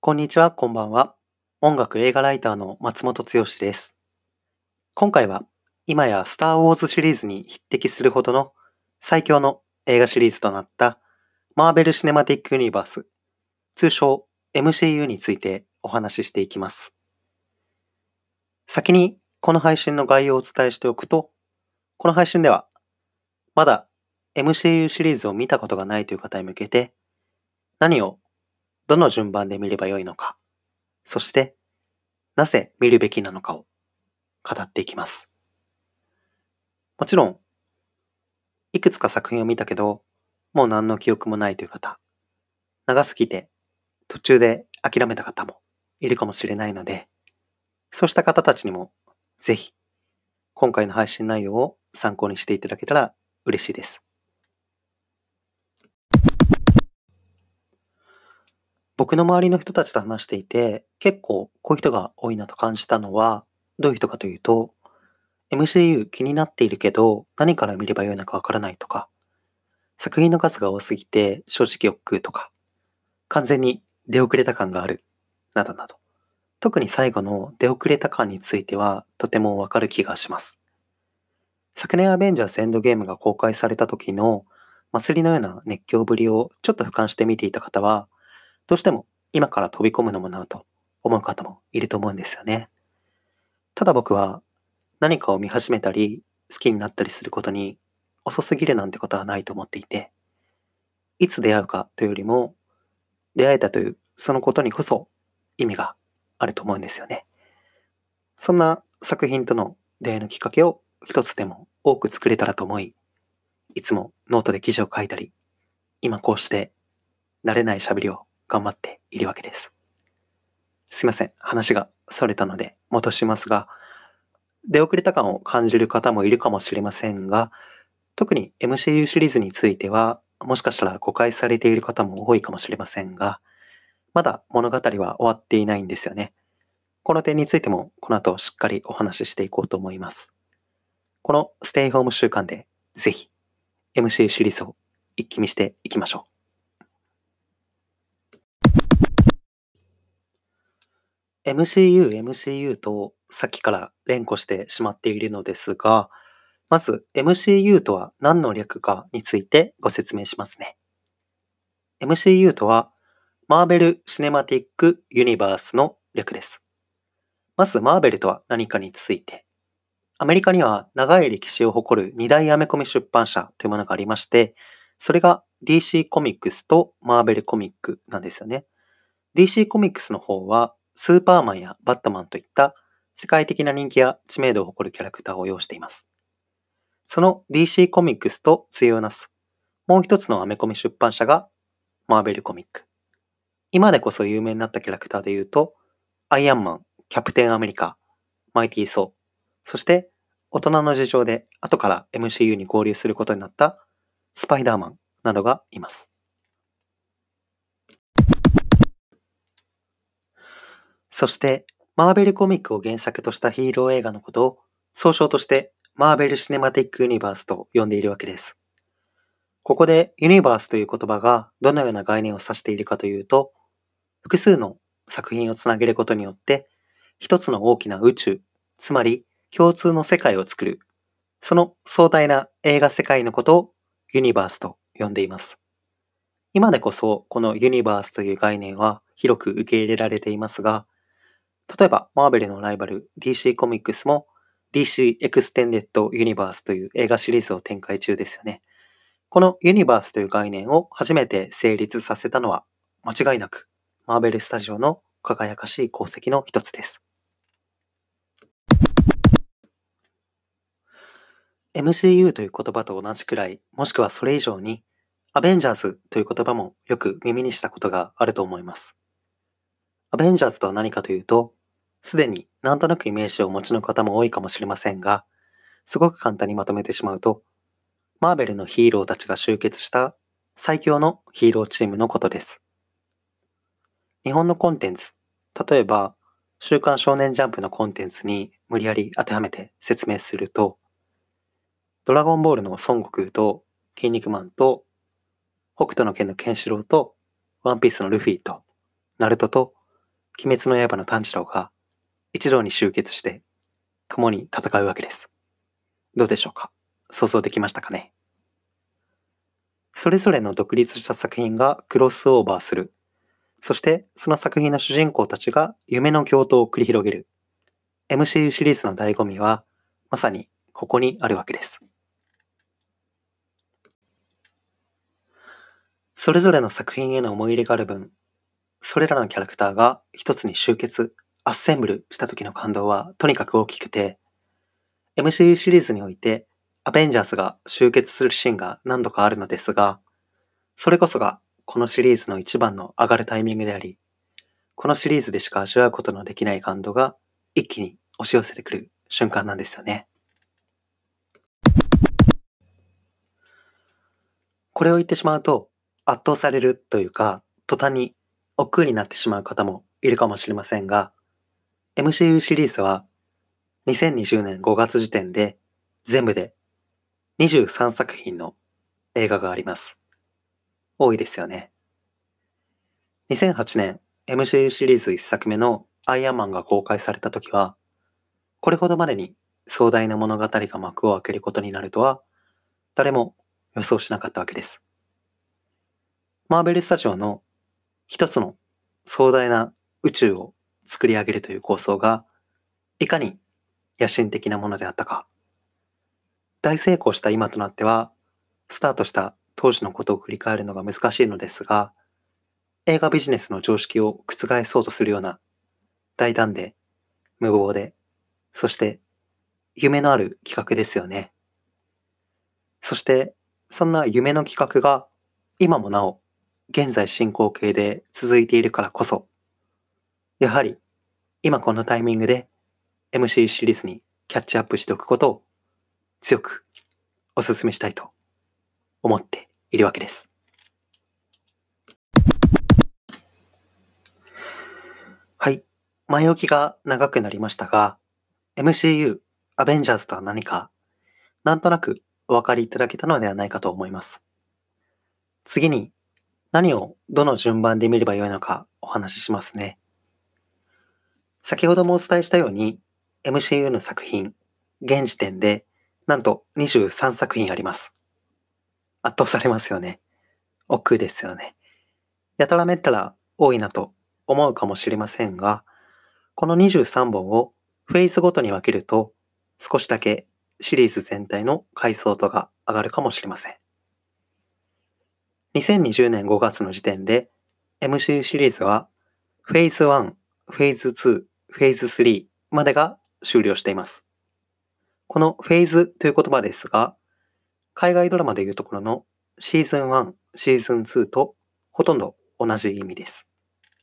こんにちは、こんばんは。音楽映画ライターの松本剛です。今回は今やスター・ウォーズシリーズに匹敵するほどの最強の映画シリーズとなったマーベル・シネマティック・ユニバース、通称 MCU についてお話ししていきます。先にこの配信の概要をお伝えしておくと、この配信ではまだ MCU シリーズを見たことがないという方に向けて、何をどの順番で見ればよいのか、そしてなぜ見るべきなのかを語っていきます。もちろん、いくつか作品を見たけど、もう何の記憶もないという方、長すぎて途中で諦めた方もいるかもしれないので、そうした方たちにもぜひ今回の配信内容を参考にしていただけたら嬉しいです。僕の周りの人たちと話していて、結構こういう人が多いなと感じたのは、どういう人かというと、MCU 気になっているけど何から見ればよいのかわからないとか、作品の数が多すぎて正直億劫とか、完全に出遅れた感がある、などなど。特に最後の出遅れた感についてはとてもわかる気がします。昨年アベンジャーズエンドゲームが公開された時の祭りのような熱狂ぶりをちょっと俯瞰して見ていた方は、どうしても今から飛び込むのもなぁと思う方もいると思うんですよね。ただ僕は何かを見始めたり好きになったりすることに遅すぎるなんてことはないと思っていて、いつ出会うかというよりも出会えたというそのことにこそ意味があると思うんですよね。そんな作品との出会いのきっかけを一つでも多く作れたらと思い、いつもノートで記事を書いたり、今こうして慣れない喋りを頑張っているわけです。すいません、話がそれたので戻しますが、出遅れた感を感じる方もいるかもしれませんが、特に MCU シリーズについては、もしかしたら誤解されている方も多いかもしれませんが、まだ物語は終わっていないんですよね。この点についてもこの後しっかりお話ししていこうと思います。このステイホーム週間でぜひ MCU シリーズを一気見していきましょう。MCU とさっきから連呼してしまっているのですが、まず MCU とは何の略かについてご説明しますね。MCU とはマーベル・シネマティック・ユニバースの略です。まずマーベルとは何かについて。アメリカには長い歴史を誇る二大アメコミ出版社というものがありまして、それが DC コミックスとマーベルコミックなんですよね。DC コミックスの方はスーパーマンやバットマンといった世界的な人気や知名度を誇るキャラクターを要しています。その DC コミックスと対をなすもう一つのアメコミ出版社がマーベルコミック。今でこそ有名になったキャラクターで言うと、アイアンマン、キャプテンアメリカ、マイティー・ソー、そして大人の事情で後から MCU に合流することになったスパイダーマンなどがいます。そしてマーベルコミックを原作としたヒーロー映画のことを総称としてマーベル・シネマティック・ユニバースと呼んでいるわけです。ここでユニバースという言葉がどのような概念を指しているかというと、複数の作品をつなげることによって一つの大きな宇宙、つまり共通の世界を作る、その壮大な映画世界のことをユニバースと呼んでいます。今でこそこのユニバースという概念は広く受け入れられていますが、例えばマーベルのライバル DC コミックスも DC エクステンデッドユニバースという映画シリーズを展開中ですよね。このユニバースという概念を初めて成立させたのは間違いなくマーベルスタジオの輝かしい功績の一つです。MCU という言葉と同じくらい、もしくはそれ以上に、アベンジャーズという言葉もよく耳にしたことがあると思います。アベンジャーズとは何かというと、すでになんとなくイメージをお持ちの方も多いかもしれませんが、すごく簡単にまとめてしまうと、マーベルのヒーローたちが集結した最強のヒーローチームのことです。日本のコンテンツ、例えば、週刊少年ジャンプのコンテンツに無理やり当てはめて説明すると、ドラゴンボールの孫悟空と筋肉マンと北斗の拳のケンシロウとワンピースのルフィとナルトと鬼滅の刃の炭治郎が一堂に集結して共に戦うわけです。どうでしょうか？想像できましたかね？それぞれの独立した作品がクロスオーバーする。そしてその作品の主人公たちが夢の共闘を繰り広げる。MCU シリーズの醍醐味はまさにここにあるわけです。それぞれの作品への思い入れがある分、それらのキャラクターが一つに集結、アッセンブルした時の感動はとにかく大きくて、MCU シリーズにおいてアベンジャーズが集結するシーンが何度かあるのですが、それこそがこのシリーズの一番の上がるタイミングであり、このシリーズでしか味わうことのできない感動が一気に押し寄せてくる瞬間なんですよね。これを言ってしまうと圧倒されるというか、途端に億劫になってしまう方もいるかもしれませんが、MCU シリーズは2020年5月時点で全部で23作品の映画があります。多いですよね。2008年 MCU シリーズ1作目のアイアンマンが公開された時は、これほどまでに壮大な物語が幕を開けることになるとは誰も予想しなかったわけです。マーベルスタジオの一つの壮大な宇宙を作り上げるという構想がいかに野心的なものであったか。大成功した今となっては、スタートした当時のことを振り返るのが難しいのですが、映画ビジネスの常識を覆そうとするような大胆で無謀で、そして夢のある企画ですよね。そしてそんな夢の企画が今もなお現在進行形で続いているからこそ、やはり今このタイミングで MC シリーズにキャッチアップしておくことを強くお勧めしたいと思っているわけです。はい。前置きが長くなりましたが、MCU、アベンジャーズとは何か、なんとなくお分かりいただけたのではないかと思います。次に、何をどの順番で見ればよいのかお話ししますね。先ほどもお伝えしたように、MCU の作品、現時点で、なんと23作品あります。圧倒されますよね。億劫ですよね。やたらめったら多いなと思うかもしれませんが、この23本をフェーズごとに分けると、少しだけシリーズ全体の解像度が上がるかもしれません。2020年5月の時点で MCU シリーズはフェーズ1、フェーズ2、フェーズ3までが終了しています。このフェーズという言葉ですが、海外ドラマでいうところのシーズン1、シーズン2とほとんど同じ意味です。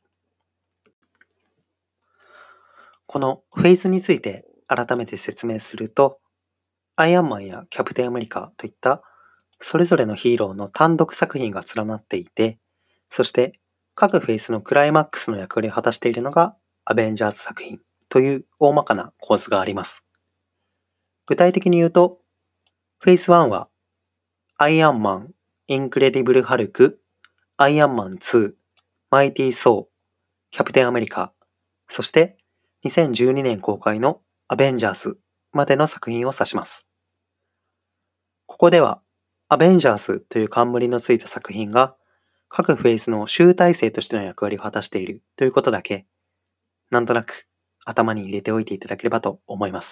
このフェーズについて改めて説明すると、アイアンマンやキャプテンアメリカといったそれぞれのヒーローの単独作品が連なっていて、そして各フェイスのクライマックスの役割を果たしているのがアベンジャーズ作品という大まかな構図があります。具体的に言うと、フェイス1はアイアンマン、インクレディブル・ハルク、アイアンマン2、マイティ・ソー、キャプテンアメリカ、そして2012年公開のアベンジャーズまでの作品を指します。ここではアベンジャーズという冠のついた作品が各フェーズの集大成としての役割を果たしているということだけ、なんとなく頭に入れておいていただければと思います。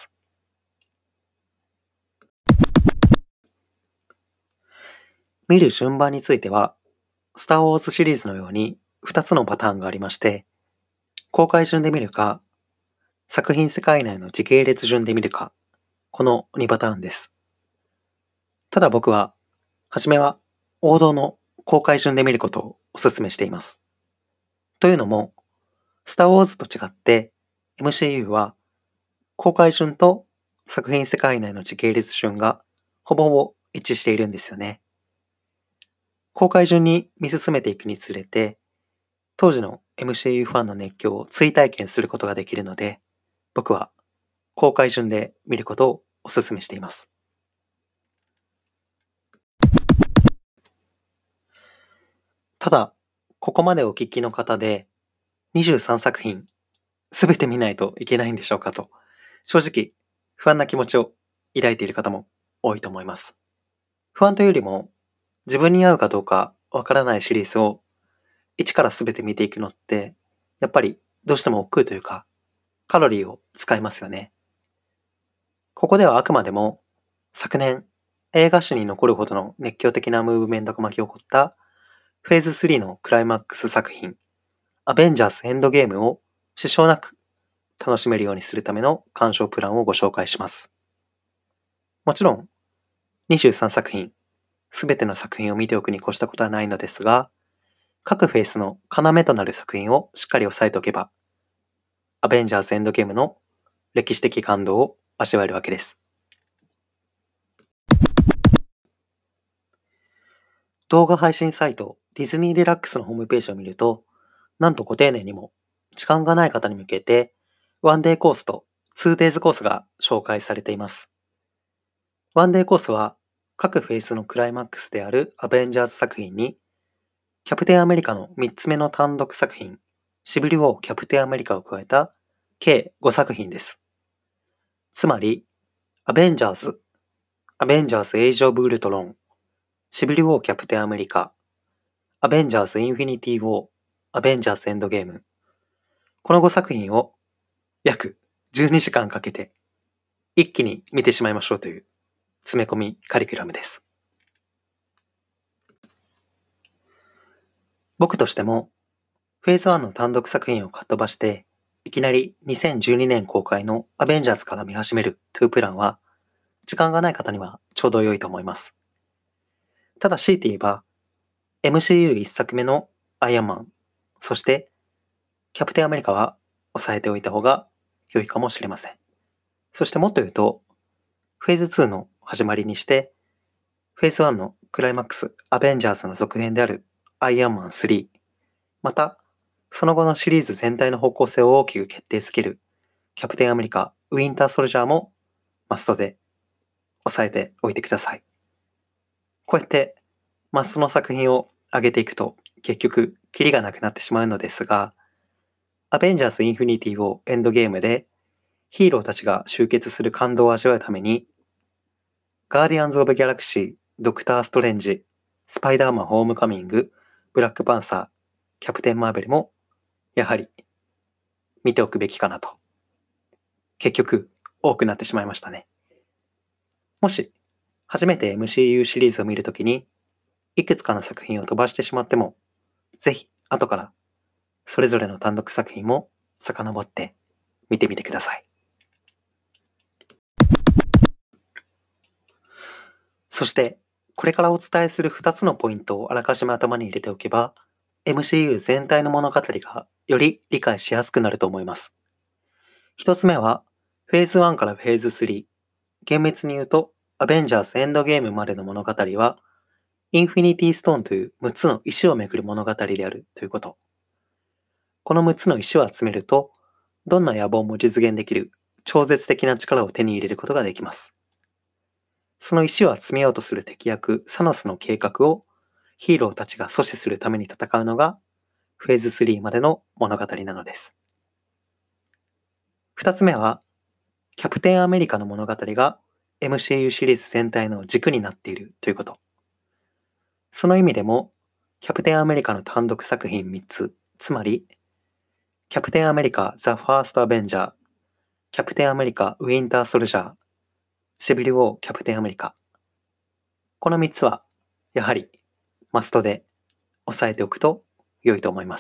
見る順番については、スター・ウォーズシリーズのように2つのパターンがありまして、公開順で見るか、作品世界内の時系列順で見るか、この2パターンです。ただ僕は、はじめは王道の公開順で見ることをお勧めしています。というのも、スター・ウォーズと違って MCU は公開順と作品世界内の時系列順がほぼほぼ一致しているんですよね。公開順に見進めていくにつれて、当時の MCU ファンの熱狂を追体験することができるので、僕は公開順で見ることをお勧めしています。ただ、ここまでお聞きの方で、 23作品すべて見ないといけないんでしょうかと、正直不安な気持ちを抱いている方も多いと思います。不安というよりも、自分に合うかどうかわからないシリーズを一からすべて見ていくのって、やっぱりどうしても億劫というか、カロリーを使いますよね。ここではあくまでも、昨年映画史に残るほどの熱狂的なムーブメントが巻き起こったフェーズ3のクライマックス作品、アベンジャーズエンドゲームを支障なく楽しめるようにするための鑑賞プランをご紹介します。もちろん、23作品、すべての作品を見ておくに越したことはないのですが、各フェースの要となる作品をしっかり押さえておけば、アベンジャーズエンドゲームの歴史的感動を味わえるわけです。動画配信サイトディズニーデラックスのホームページを見ると、なんとご丁寧にも時間がない方に向けて、ワンデーコースとツーデイズコースが紹介されています。ワンデーコースは各フェースのクライマックスであるアベンジャーズ作品に、キャプテンアメリカの3つ目の単独作品、シビル・ウォー・キャプテンアメリカを加えた計5作品です。つまり、アベンジャーズ、アベンジャーズ・エイジ・オブ・ウルトロン、シビル・ウォー・キャプテンアメリカ、アベンジャーズ・インフィニティ・ウォー、アベンジャーズ・エンドゲーム。この5作品を約12時間かけて一気に見てしまいましょうという詰め込みカリキュラムです。僕としてもフェーズ1の単独作品をかっ飛ばしていきなり2012年公開のアベンジャーズから見始めるというプランは時間がない方にはちょうど良いと思います。ただ強いて言えば MCU1 作目のアイアンマン、そしてキャプテンアメリカは抑えておいた方が良いかもしれません。そしてもっと言うと、フェーズ2の始まりにして、フェーズ1のクライマックス、アベンジャーズの続編であるアイアンマン3、また、その後のシリーズ全体の方向性を大きく決定づけるキャプテンアメリカ、ウィンターソルジャーもマストで押さえておいてください。こうやってマストの作品を上げていくと結局キリがなくなってしまうのですが、アベンジャーズインフィニティをエンドゲームでヒーローたちが集結する感動を味わうために、ガーディアンズ・オブ・ギャラクシー、ドクター・ストレンジ、スパイダーマン・ホームカミング、ブラックパンサー、キャプテン・マーベルもやはり見ておくべきかなと。結局多くなってしまいましたね。もし初めて MCU シリーズを見るときにいくつかの作品を飛ばしてしまっても、ぜひ後からそれぞれの単独作品も遡って見てみてください。そして、これからお伝えする2つのポイントをあらかじめ頭に入れておけば、MCU 全体の物語がより理解しやすくなると思います。1つ目は、フェーズ1からフェーズ3。厳密に言うと、アベンジャーズエンドゲームまでの物語は、インフィニティストーンという6つの石をめぐる物語であるということ。この6つの石を集めると、どんな野望も実現できる超絶的な力を手に入れることができます。その石を集めようとする敵役サノスの計画をヒーローたちが阻止するために戦うのがフェーズ3までの物語なのです。二つ目は、キャプテンアメリカの物語が MCU シリーズ全体の軸になっているということ。その意味でも、キャプテンアメリカの単独作品3つ、つまり、キャプテンアメリカザ・ファースト・アベンジャー、キャプテンアメリカ・ウィンター・ソルジャー、シビル・ウォー・キャプテンアメリカ。この3つは、やはりマストで押さえておくと良いと思います。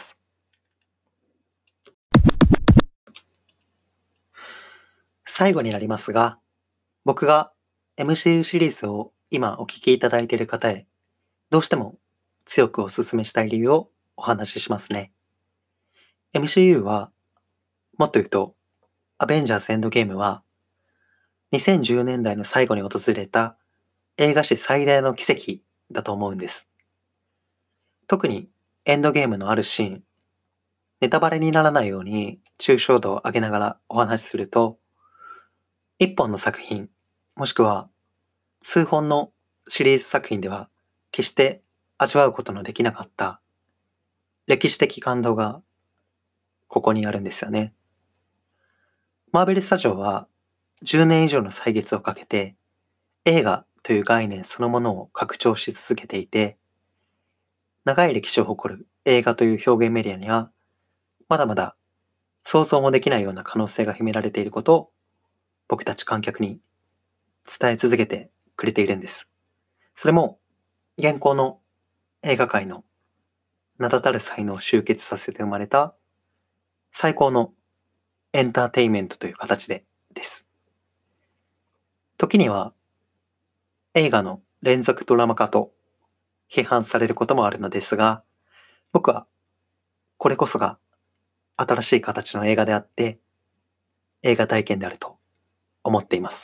最後になりますが、僕が MCU シリーズを今お聞きいただいている方へ、どうしても強くお勧めしたい理由をお話ししますね。MCU は、もっと言うと、アベンジャーズエンドゲームは、2010年代の最後に訪れた映画史最大の奇跡だと思うんです。特にエンドゲームのあるシーン、ネタバレにならないように抽象度を上げながらお話しすると、一本の作品、もしくは数本のシリーズ作品では決して味わうことのできなかった歴史的感動がここにあるんですよね。マーベルスタジオは10年以上の歳月をかけて映画という概念そのものを拡張し続けていて、長い歴史を誇る映画という表現メディアには、まだまだ想像もできないような可能性が秘められていることを僕たち観客に伝え続けてくれているんです。それも現行の映画界の名だたる才能を集結させて生まれた最高のエンターテインメントという形でです。時には映画の連続ドラマ化と批判されることもあるのですが、僕はこれこそが新しい形の映画であって、映画体験であると思っています。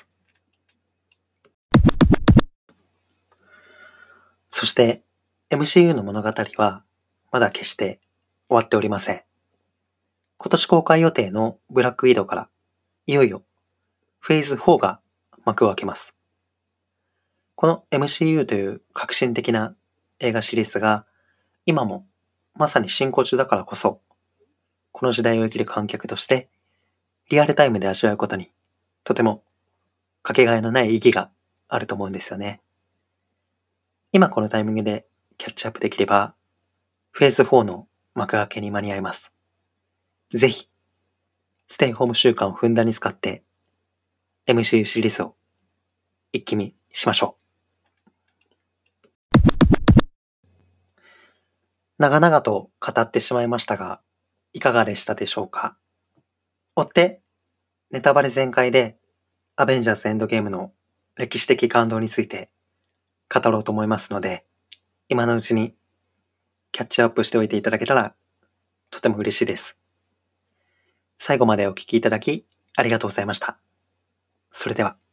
そして MCU の物語はまだ決して終わっておりません。今年公開予定のブラックウィドウからいよいよフェーズ4が幕を開けます。この MCU という革新的な映画シリーズが今もまさに進行中だからこそ、この時代を生きる観客としてリアルタイムで味わうことにとてもかけがえのない意義があると思うんですよね。今このタイミングでキャッチアップできればフェーズ4の幕開けに間に合います。ぜひステイホーム週間をふんだんに使って MCU シリーズを一気見しましょう。長々と語ってしまいましたが、いかがでしたでしょうか。追って、ネタバレ全開で、アベンジャーズエンドゲームの歴史的感動について語ろうと思いますので、今のうちにキャッチアップしておいていただけたら、とても嬉しいです。最後までお聞きいただき、ありがとうございました。それでは。